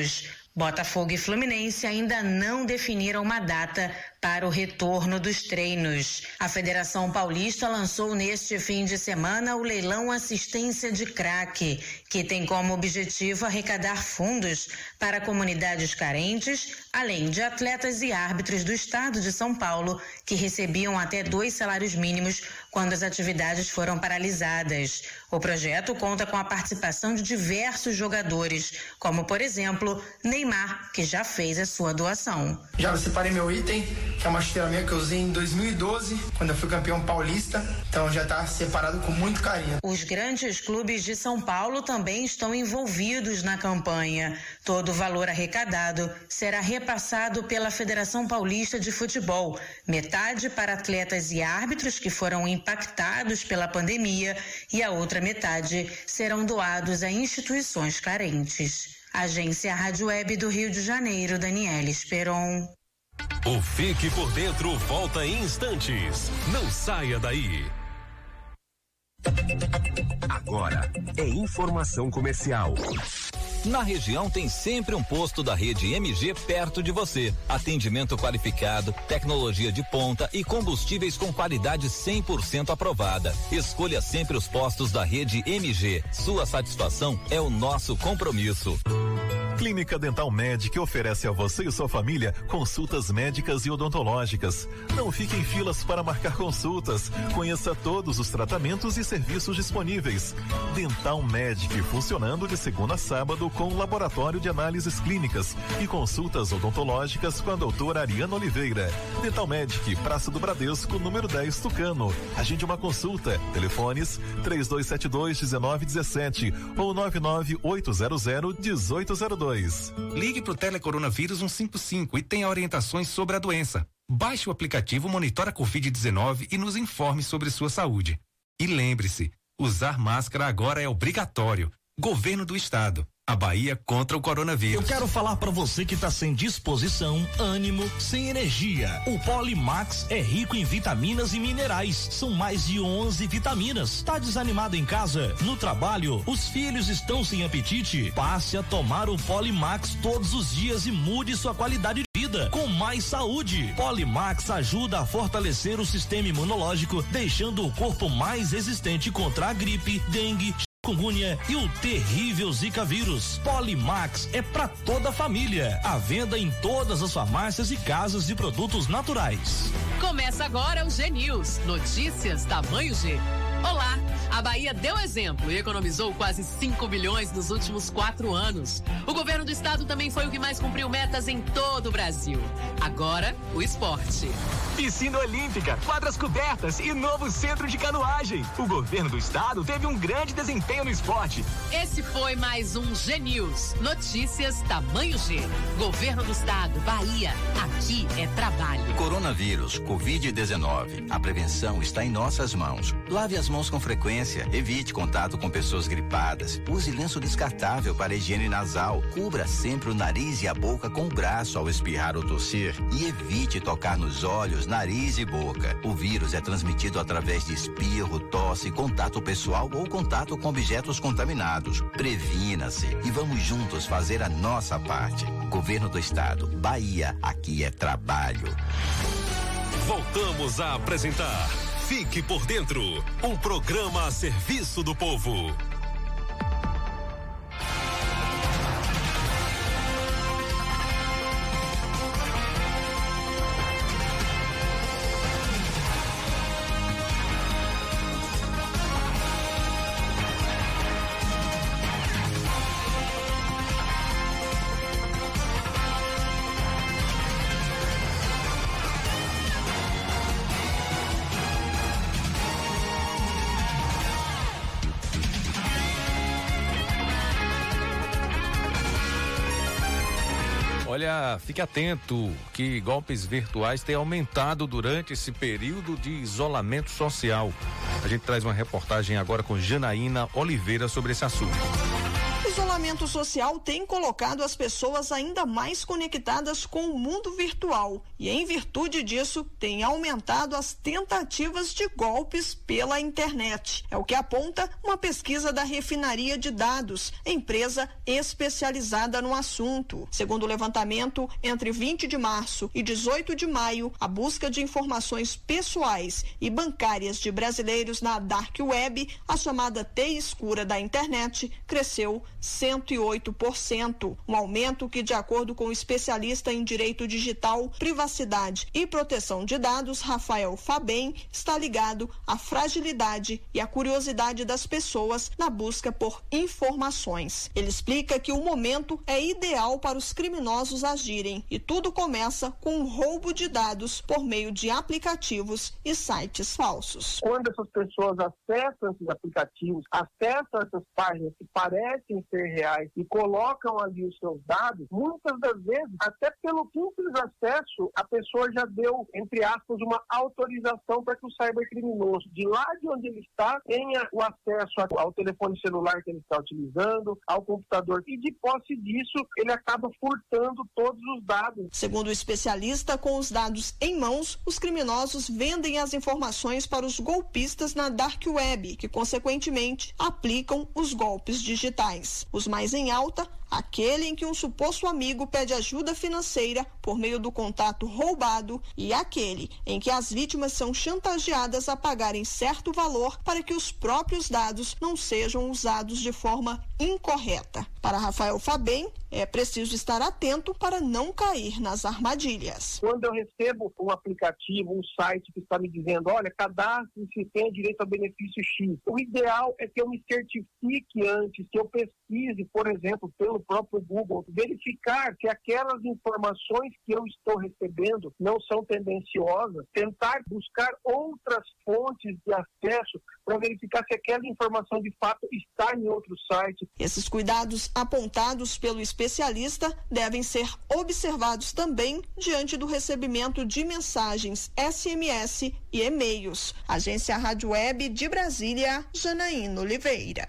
Botafogo e Fluminense ainda não definiram uma data para o retorno dos treinos. A Federação Paulista lançou neste fim de semana o leilão Assistência de Craque, que tem como objetivo arrecadar fundos para comunidades carentes, além de atletas e árbitros do estado de São Paulo que recebiam até dois salários mínimos quando as atividades foram paralisadas. O projeto conta com a participação de diversos jogadores, como por exemplo, Neymar, que já fez a sua doação. Já separei meu item, que é uma chuteira minha que eu usei em dois mil e doze, quando eu fui campeão paulista, então já está separado com muito carinho. Os grandes clubes de São Paulo também estão envolvidos na campanha. Todo o valor arrecadado será repassado pela Federação Paulista de Futebol, metade para atletas e árbitros que foram impactados pela pandemia e a outra metade serão doados a instituições carentes. Agência Rádio Web do Rio de Janeiro, Daniela Esperon. O Fique por Dentro volta em instantes. Não saia daí. Agora é informação comercial. Na região tem sempre um posto da rede M G perto de você. Atendimento qualificado, tecnologia de ponta e combustíveis com qualidade cem por cento aprovada. Escolha sempre os postos da rede M G. Sua satisfação é o nosso compromisso. Clínica Dental Med oferece a você e sua família consultas médicas e odontológicas. Não fique em filas para marcar consultas. Conheça todos os tratamentos e serviços disponíveis. Dental Med, funcionando de segunda a sábado com laboratório de análises clínicas e consultas odontológicas com a doutora Ariana Oliveira. Dental Medic, Praça do Bradesco, número dez, Tucano. Agende uma consulta. Telefones três dois sete dois, um nove um sete ou nove nove oito zero zero, um oito zero dois. Ligue para o Telecoronavírus cento e cinquenta e cinco e tenha orientações sobre a doença. Baixe o aplicativo Monitora covid dezenove e nos informe sobre sua saúde. E lembre-se, usar máscara agora é obrigatório. Governo do Estado. A Bahia contra o coronavírus. Eu quero falar para você que tá sem disposição, ânimo, sem energia. O Polimax é rico em vitaminas e minerais. São mais de onze vitaminas. Tá desanimado em casa? No trabalho? Os filhos estão sem apetite? Passe a tomar o Polimax todos os dias e mude sua qualidade de vida com mais saúde. Polimax ajuda a fortalecer o sistema imunológico, deixando o corpo mais resistente contra a gripe, dengue, chikungunya e o terrível Zika vírus. Polimax é para toda a família. À venda em todas as farmácias e casas de produtos naturais. Começa agora o G News. Notícias tamanho G. Olá, a Bahia deu exemplo e economizou quase cinco bilhões nos últimos quatro anos. O governo do estado também foi o que mais cumpriu metas em todo o Brasil. Agora, o esporte. Piscina olímpica, quadras cobertas e novo centro de canoagem. O governo do estado teve um grande desempenho no esporte. Esse foi mais um G News. Notícias tamanho G. Governo do estado, Bahia. Aqui é trabalho. Coronavírus, covid dezenove. A prevenção está em nossas mãos. Lave as mãos com frequência, evite contato com pessoas gripadas, use lenço descartável para higiene nasal, cubra sempre o nariz e a boca com o braço ao espirrar ou tossir e evite tocar nos olhos, nariz e boca. O vírus é transmitido através de espirro, tosse, contato pessoal ou contato com objetos contaminados. Previna-se e vamos juntos fazer a nossa parte. Governo do Estado, Bahia, aqui é trabalho. Voltamos a apresentar Fique por Dentro, um programa a serviço do povo. Olha, fique atento que golpes virtuais têm aumentado durante esse período de isolamento social. A gente traz uma reportagem agora com Janaína Oliveira sobre esse assunto. O isolamento social tem colocado as pessoas ainda mais conectadas com o mundo virtual e, em virtude disso, tem aumentado as tentativas de golpes pela internet. É o que aponta uma pesquisa da Refinaria de Dados, empresa especializada no assunto. Segundo o levantamento, entre vinte de março e dezoito de maio, a busca de informações pessoais e bancárias de brasileiros na Dark Web, a chamada T escura da internet, cresceu cento e oito por cento, um aumento que, de acordo com o especialista em direito digital, privacidade e proteção de dados, Rafael Fabem, está ligado à fragilidade e à curiosidade das pessoas na busca por informações. Ele explica que o momento é ideal para os criminosos agirem e tudo começa com um roubo de dados por meio de aplicativos e sites falsos. Quando essas pessoas acessam esses aplicativos, acessam essas páginas que parecem ser reais e colocam ali os seus dados, muitas das vezes, até pelo simples acesso, a pessoa já deu, entre aspas, uma autorização para que o cybercriminoso, de lá de onde ele está, tenha o acesso ao telefone celular que ele está utilizando, ao computador, e de posse disso, ele acaba furtando todos os dados. Segundo o especialista, com os dados em mãos, os criminosos vendem as informações para os golpistas na Dark Web, que, consequentemente, aplicam os golpes digitais. Os mais em alta, aquele em que um suposto amigo pede ajuda financeira por meio do contato roubado e aquele em que as vítimas são chantageadas a pagarem certo valor para que os próprios dados não sejam usados de forma incorreta. Para Rafael Fabem, é preciso estar atento para não cair nas armadilhas. Quando eu recebo um aplicativo, um site que está me dizendo, olha, cadastre-se, tem direito ao benefício X. O ideal é que eu me certifique antes, que eu pesquise, por exemplo, pelo próprio Google, verificar que aquelas informações que eu estou recebendo não são tendenciosas, tentar buscar outras fontes de acesso para verificar se aquela informação de fato está em outro site. Esses cuidados apontados pelo especialista devem ser observados também diante do recebimento de mensagens S M S e e-mails. Agência Rádio Web de Brasília, Janaína Oliveira.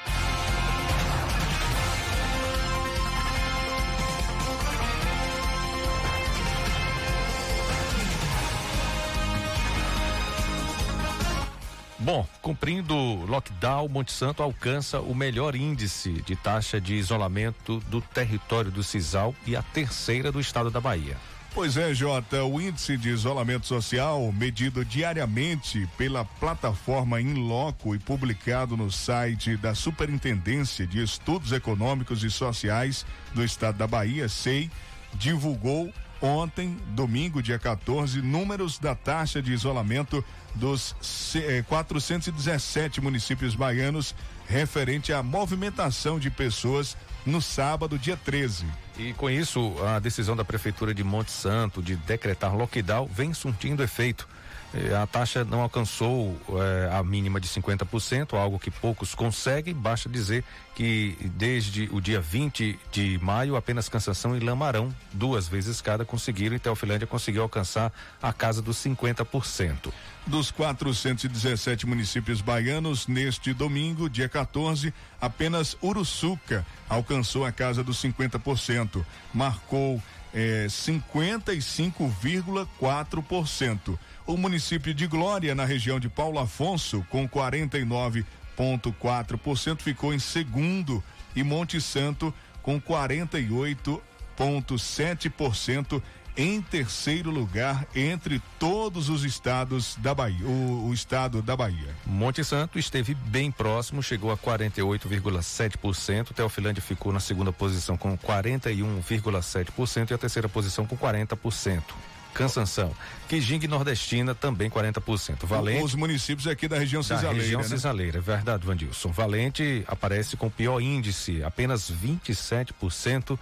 Bom, cumprindo o lockdown, Monte Santo alcança o melhor índice de taxa de isolamento do território do Cisal e a terceira do estado da Bahia. Pois é, Jota, o índice de isolamento social, medido diariamente pela plataforma Inloco e publicado no site da Superintendência de Estudos Econômicos e Sociais do estado da Bahia, S E I, divulgou ontem, domingo, dia quatorze, números da taxa de isolamento dos quatrocentos e dezessete municípios baianos referente à movimentação de pessoas no sábado, dia treze. E com isso, a decisão da Prefeitura de Monte Santo de decretar lockdown vem surtindo efeito. A taxa não alcançou eh, a mínima de cinquenta por cento, algo que poucos conseguem. Basta dizer que desde o dia vinte de maio, apenas Cansanção e Lamarão, duas vezes cada, conseguiram, e Teofilândia conseguiu alcançar a casa dos cinquenta por cento. Dos quatrocentos e dezessete municípios baianos, neste domingo, dia quatorze, apenas Uruçuca alcançou a casa dos cinquenta por cento, marcou eh, cinquenta e cinco vírgula quatro por cento. O município de Glória, na região de Paulo Afonso, com quarenta e nove vírgula quatro por cento, ficou em segundo, e Monte Santo, com quarenta e oito vírgula sete por cento, em terceiro lugar entre todos os estados da Bahia, o, o estado da Bahia. Monte Santo esteve bem próximo, chegou a quarenta e oito vírgula sete por cento, Teofilândia ficou na segunda posição com quarenta e um vírgula sete por cento e a terceira posição com quarenta por cento. Cansanção, Quijingue Nordestina também quarenta por cento. Valente, os municípios aqui da região cisaleira, da região né? cisaleira, é verdade, Vandilson. Valente aparece com o pior índice, apenas vinte e sete por cento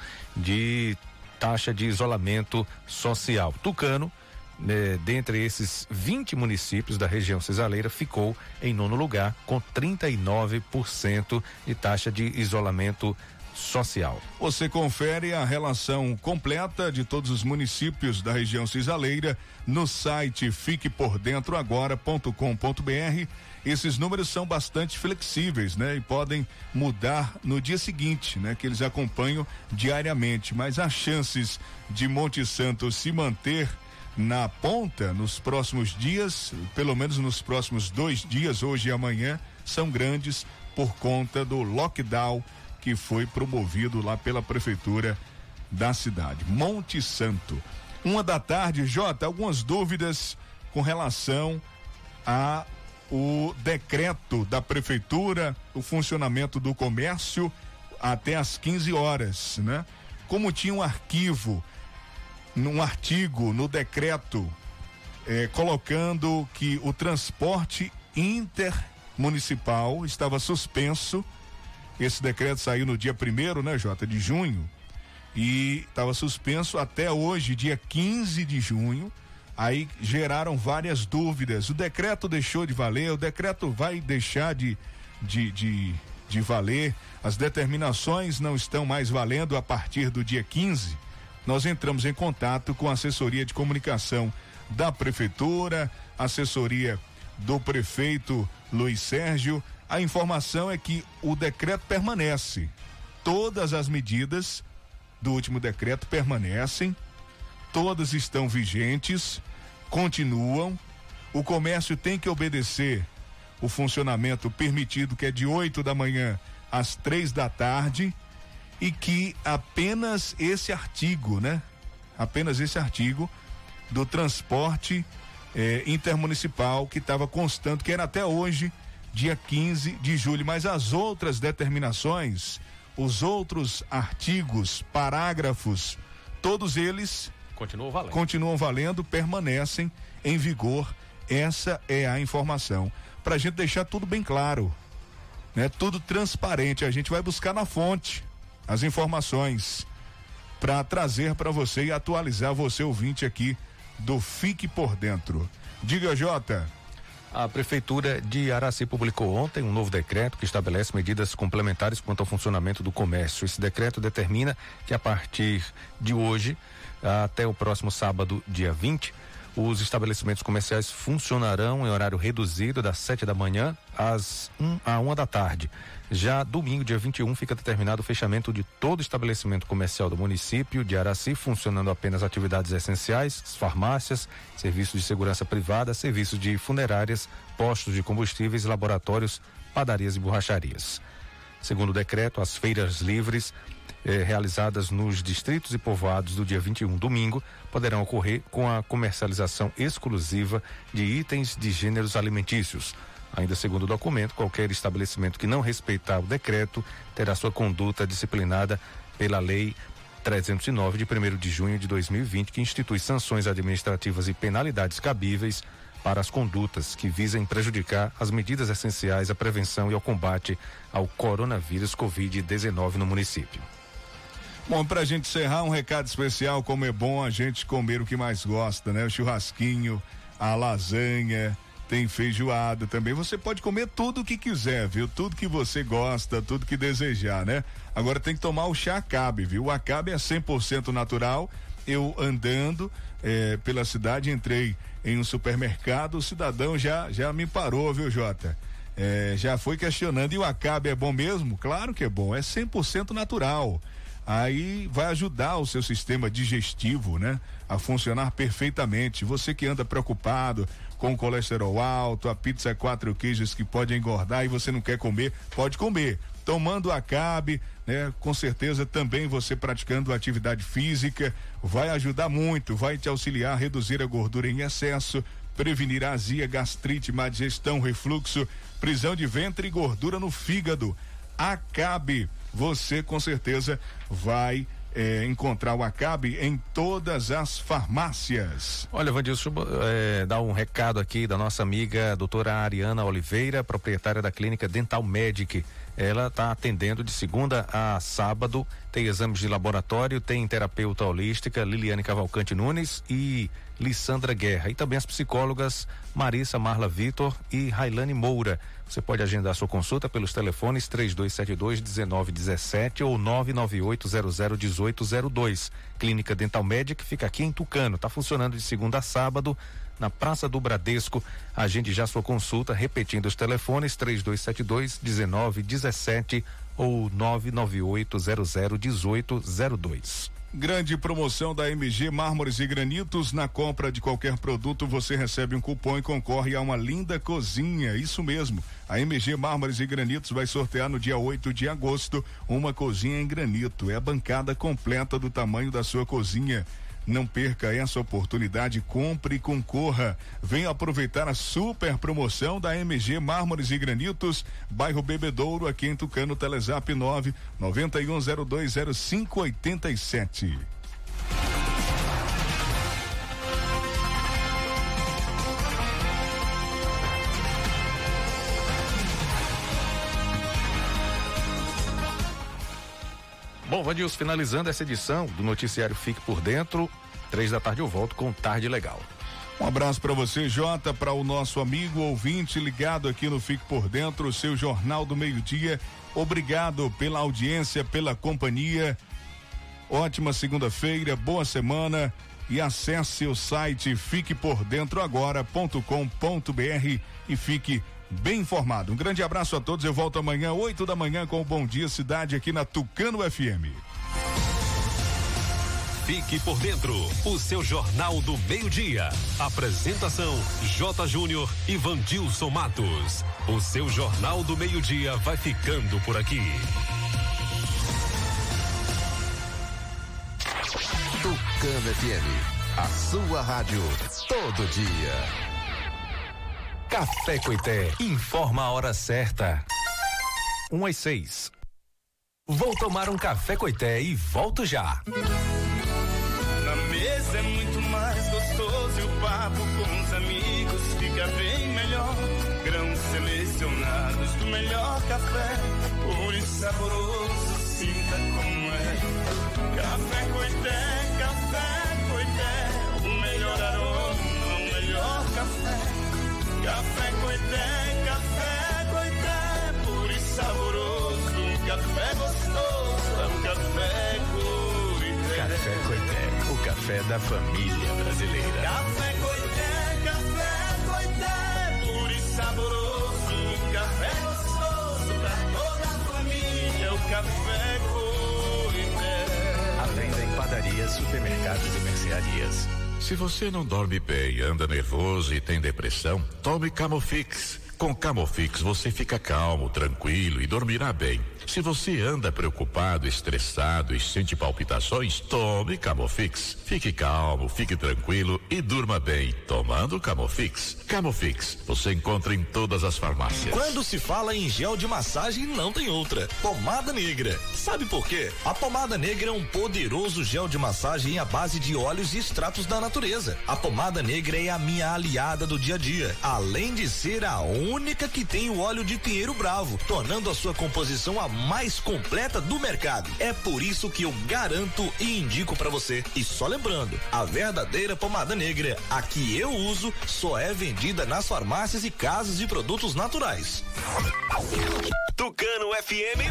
de taxa de isolamento social. Tucano, né, dentre esses vinte municípios da região cisaleira, ficou em nono lugar com trinta e nove por cento de taxa de isolamento social. Você confere a relação completa de todos os municípios da região cisaleira no site fique por dentro agora ponto com ponto br. Esses números são bastante flexíveis, né? E podem mudar no dia seguinte, né? Que eles acompanham diariamente, mas as chances de Monte Santo se manter na ponta nos próximos dias, pelo menos nos próximos dois dias, hoje e amanhã, são grandes por conta do lockdown que foi promovido lá pela prefeitura da cidade. Monte Santo. Uma da tarde, Jota, algumas dúvidas com relação a o decreto da prefeitura, o funcionamento do comércio até às quinze horas, né? Como tinha um arquivo, num artigo no decreto, eh, colocando que o transporte intermunicipal estava suspenso. Esse decreto saiu no dia primeiro, né, Jota, de junho, e estava suspenso até hoje, dia quinze de junho. Aí geraram várias dúvidas. O decreto deixou de valer, o decreto vai deixar de, de, de, de valer, as determinações não estão mais valendo a partir do dia quinze. Nós entramos em contato com a assessoria de comunicação da prefeitura, assessoria do prefeito Luiz Sérgio. A informação é que o decreto permanece. Todas as medidas do último decreto permanecem, todas estão vigentes, continuam. O comércio tem que obedecer o funcionamento permitido, que é de oito da manhã às três da tarde. e que apenas esse artigo, né? Apenas esse artigo do transporte eh, intermunicipal que estava constando, que era até hoje, dia quinze de julho, mas as outras determinações, os outros artigos, parágrafos, todos eles continuam valendo. Continuam valendo, permanecem em vigor. Essa é a informação. Pra gente deixar tudo bem claro, né? Tudo transparente. A gente vai buscar na fonte as informações para trazer para você e atualizar você ouvinte aqui do Fique por Dentro. Diga, Jota. A Prefeitura de Araci publicou ontem um novo decreto que estabelece medidas complementares quanto ao funcionamento do comércio. Esse decreto determina que a partir de hoje, até o próximo sábado, dia vinte, os estabelecimentos comerciais funcionarão em horário reduzido das sete da manhã às um, à uma da tarde. Já domingo, dia vinte e um, fica determinado o fechamento de todo estabelecimento comercial do município de Araci, funcionando apenas atividades essenciais, farmácias, serviços de segurança privada, serviços de funerárias, postos de combustíveis, laboratórios, padarias e borracharias. Segundo o decreto, as feiras livres Eh, realizadas nos distritos e povoados do dia vinte e um, domingo, poderão ocorrer com a comercialização exclusiva de itens de gêneros alimentícios. Ainda segundo o documento, qualquer estabelecimento que não respeitar o decreto terá sua conduta disciplinada pela Lei trezentos e nove, de primeiro de junho de dois mil e vinte, que institui sanções administrativas e penalidades cabíveis para as condutas que visem prejudicar as medidas essenciais à prevenção e ao combate ao coronavírus covid dezenove no município. Bom, pra gente encerrar, um recado especial, como é bom a gente comer o que mais gosta, né? O churrasquinho, a lasanha, tem feijoada também. Você pode comer tudo o que quiser, viu? Tudo que você gosta, tudo que desejar, né? Agora tem que tomar o chá Acabe, viu? O Acabe é cem por cento natural. Eu andando eh, pela cidade, entrei em um supermercado, o cidadão já, já me parou, viu, Jota? Eh, já foi questionando, e o Acabe é bom mesmo? Claro que é bom, é cem por cento natural. Aí vai ajudar o seu sistema digestivo, né? A funcionar perfeitamente. Você que anda preocupado com colesterol alto, a pizza quatro queijos que pode engordar e você não quer comer, pode comer. Tomando Acabe, né? Com certeza também você praticando atividade física vai ajudar muito, vai te auxiliar a reduzir a gordura em excesso, prevenir a azia, gastrite, má digestão, refluxo, prisão de ventre e gordura no fígado. Acabe. Você com certeza vai eh, encontrar o Acabe em todas as farmácias. Olha, Vandilson, eh, dá um recado aqui da nossa amiga doutora Ariana Oliveira, proprietária da clínica Dental Medic. Ela está atendendo de segunda a sábado, tem exames de laboratório, tem terapeuta holística Liliane Cavalcante Nunes e Lissandra Guerra, e também as psicólogas Marissa Marla Vitor e Railane Moura. Você pode agendar sua consulta pelos telefones três dois sete dois, um nove um sete ou nove nove oito zero zero um oito zero dois. Clínica Dental Medic fica aqui em Tucano, está funcionando de segunda a sábado na Praça do Bradesco. Agende já sua consulta, repetindo os telefones três dois sete dois, um nove um sete ou nove nove oito zero zero um oito zero dois. Grande promoção da M G Mármores e Granitos. Na compra de qualquer produto você recebe um cupom e concorre a uma linda cozinha. Isso mesmo, a M G Mármores e Granitos vai sortear no dia oito de agosto uma cozinha em granito. É a bancada completa do tamanho da sua cozinha. Não perca essa oportunidade, compre e concorra. Venha aproveitar a super promoção da M G Mármores e Granitos, bairro Bebedouro, aqui em Tucano. Telezap nove nove um zero dois zero cinco oito sete. Bom, Vandilson, finalizando essa edição do noticiário Fique por Dentro, três da tarde eu volto com Tarde Legal. Um abraço para você, Jota, para o nosso amigo ouvinte ligado aqui no Fique por Dentro, o seu Jornal do Meio-Dia. Obrigado pela audiência, pela companhia. Ótima segunda-feira, boa semana e acesse o site fique por dentro agora ponto com ponto br e fique bem informado. Um grande abraço a todos. Eu volto amanhã, oito da manhã, com o Bom Dia Cidade aqui na Tucano F M. Fique por Dentro, o seu Jornal do Meio-Dia. Apresentação: J. Júnior e Vandilson Matos. O seu Jornal do Meio-Dia vai ficando por aqui. Tucano F M, a sua rádio todo dia. Café Coité informa a hora certa. Um às seis. Vou tomar um café Coité e volto já. Na mesa é muito mais gostoso e o papo com os amigos fica bem melhor. Grãos selecionados do melhor café, puro e saboroso, sinta como é. Café Coité, café Coité, o melhor aroma, o melhor café. Café Coité, café Coité, puro e saboroso, um café gostoso, é um café Coité. Café Coité, o café da família brasileira. Café Coité, café Coité, puro e saboroso, um café gostoso pra toda a família, o café Coité. A venda em padarias, supermercados e mercearias. Se você não dorme bem, anda nervoso e tem depressão, tome Camofix. Com Camofix você fica calmo, tranquilo e dormirá bem. Se você anda preocupado, estressado e sente palpitações, tome Camofix. Fique calmo, fique tranquilo e durma bem, tomando Camofix. Camofix, você encontra em todas as farmácias. Quando se fala em gel de massagem, não tem outra. Pomada Negra. Sabe por quê? A Pomada Negra é um poderoso gel de massagem à base de óleos e extratos da natureza. A Pomada Negra é a minha aliada do dia a dia, além de ser a única que tem o óleo de pinheiro bravo, tornando a sua composição a mais completa do mercado. É por isso que eu garanto e indico pra você. E só lembrando, a verdadeira Pomada Negra, a que eu uso, só é vendida nas farmácias e casas de produtos naturais. Tucano F M.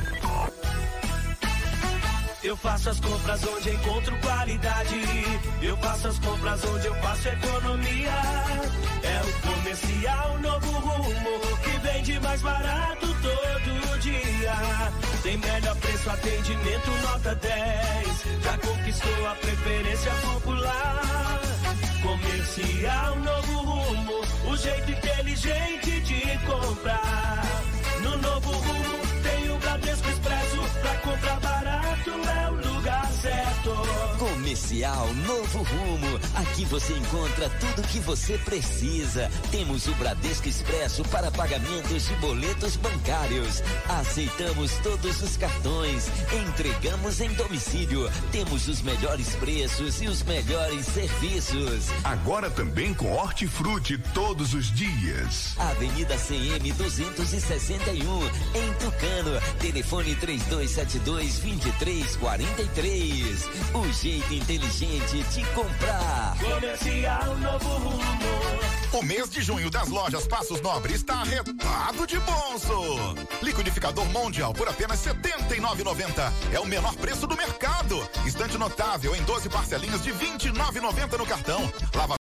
Eu faço as compras onde encontro qualidade. Eu faço as compras onde eu faço economia. É o Comercial Novo Rumo, que vende mais barato todo dia. Tem melhor preço, atendimento nota dez. Já conquistou a preferência popular. Comercial Novo Rumo, o jeito inteligente de comprar. No Novo Rumo tem o Bradesco Expresso, pra comprar barato é o lugar certo. Comercial Novo Rumo, aqui você encontra tudo que você precisa. Temos o Bradesco Expresso para pagamentos de boletos bancários. Aceitamos todos os cartões, entregamos em domicílio. Temos os melhores preços e os melhores serviços. Agora também com hortifruti todos os dias. Avenida C M duzentos e sessenta e um, em Tucano. Telefone três dois sete dois, dois três quatro três. O jeito inteligente de comprar. Comercial Novo Rumo. O mês de junho das lojas Passos Nobre está arretado de bolso. Liquidificador Mondial por apenas setenta e nove reais e noventa centavos. É o menor preço do mercado. Estante notável em doze parcelinhas de vinte e nove reais e noventa centavos no cartão. Lava